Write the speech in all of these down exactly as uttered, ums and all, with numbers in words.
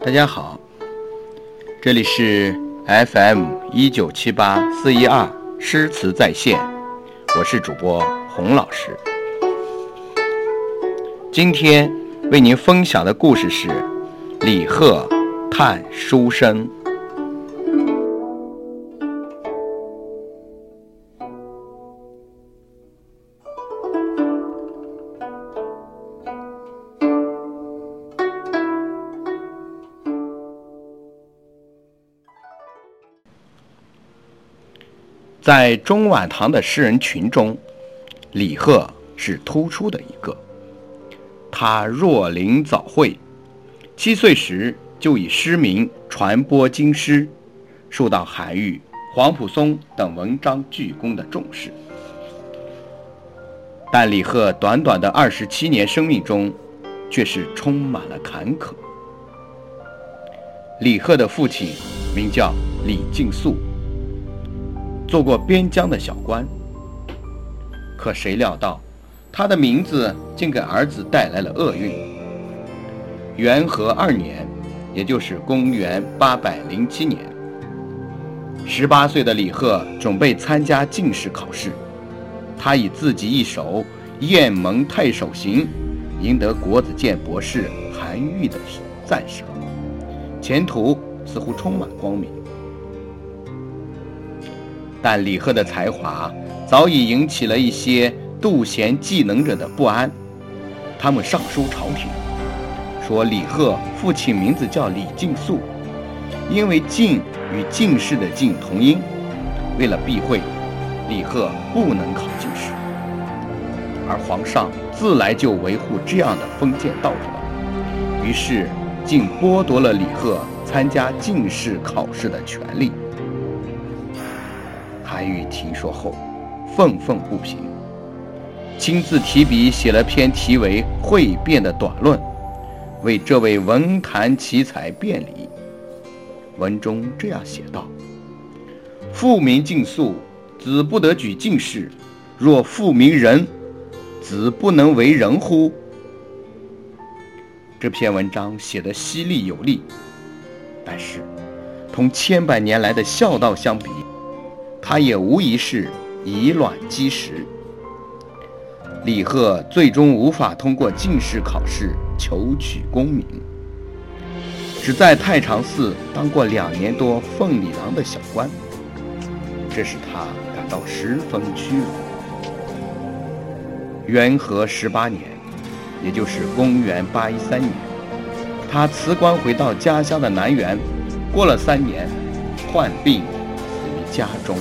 大家好，这里是 F M 一九七八四一二诗词在线，我是主播洪老师。今天为您分享的故事是李贺叹书生。在中晚唐的诗人群中，李贺是突出的一个。他若龄早慧，七岁时就以诗名传播经师，受到韩愈、黄埔松等文章巨公的重视。但李贺短短的二十七年生命中，却是充满了坎坷。李贺的父亲名叫李敬素，做过边疆的小官，可谁料到他的名字竟给儿子带来了厄运。元和二年，也就是公元八百零七年，十八岁的李贺准备参加进士考试，他以自己一首《雁门太守行》赢得国子监博士韩愈的赞赏，前途似乎充满光明。但李贺的才华早已引起了一些妒贤嫉能者的不安，他们上书朝廷，说李贺父亲名字叫李敬素，因为进与进士的进同音，为了避讳，李贺不能考进士。而皇上自来就维护这样的封建道德，于是竟剥夺了李贺参加进士考试的权利。韩愈听说后愤愤不平，亲自提笔写了篇题为《汇辩》的短论，为这位文坛奇才辩理。文中这样写道：父名敬素，子不得举进士，若父名仁，子不能为人乎？这篇文章写得犀利有力，但是同千百年来的孝道相比，它也无疑是以卵击石。李贺最终无法通过进士考试求取功名，只在太常寺当过两年多奉礼郎的小官，这使他感到十分屈辱。元和十八年，也就是公元八一三年，他辞官回到家乡的南园，过了三年，患病死于家中。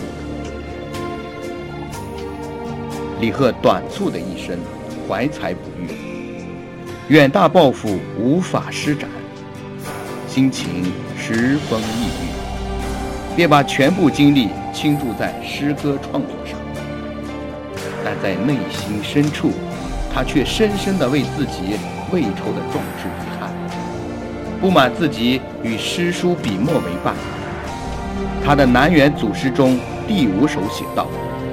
李贺短促的一生，怀才不遇，远大抱负无法施展，心情十分抑郁，便把全部精力倾注在诗歌创作上。但在内心深处，他却深深地为自己未酬的壮志遗憾，不满自己与诗书笔墨为伴。他的南园组诗中第五首写道：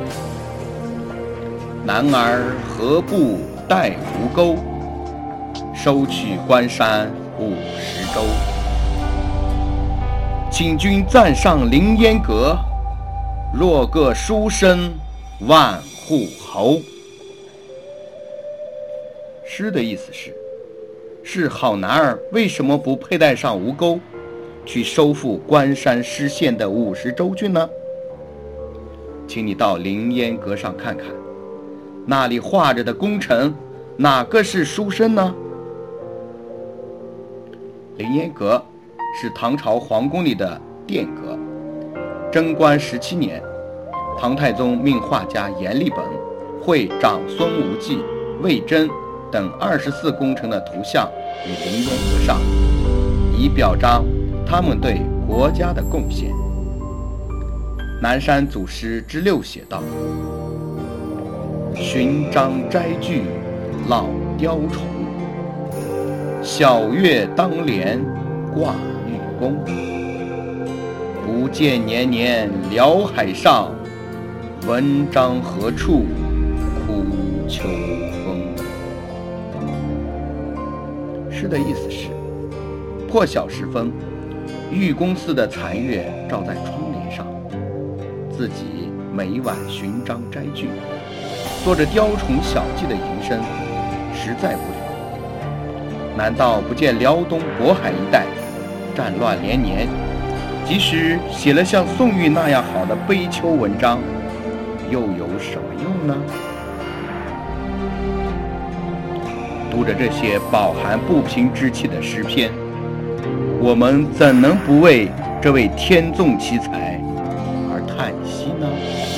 男儿何不带吴钩，收取关山五十州。请君暂上凌烟阁，若个书生万户侯。诗的意思是，是好男儿为什么不佩戴上吴钩，去收复关山失陷的五十州郡呢？请你到凌烟阁上看看，那里画着的功臣，哪个是书生呢？凌烟阁是唐朝皇宫里的殿阁。贞观十七年，唐太宗命画家阎立本绘长孙无忌、魏征等二十四功臣的图像于凌烟阁上，以表彰他们对国家的贡献。南山祖师之六写道：寻章摘句老雕虫，小月当帘挂玉弓。不见年年辽海上，文章何处苦秋风。诗的意思是， 破晓时分，玉宫寺的残月照在窗帘上，自己每晚寻章摘句，做着雕虫小技的营生，实在不了。难道不见辽东渤海一带战乱连年，即使写了像宋玉那样好的悲秋文章，又有什么用呢？读着这些饱含不平之气的诗篇，我们怎能不为这位天纵奇才而叹息呢？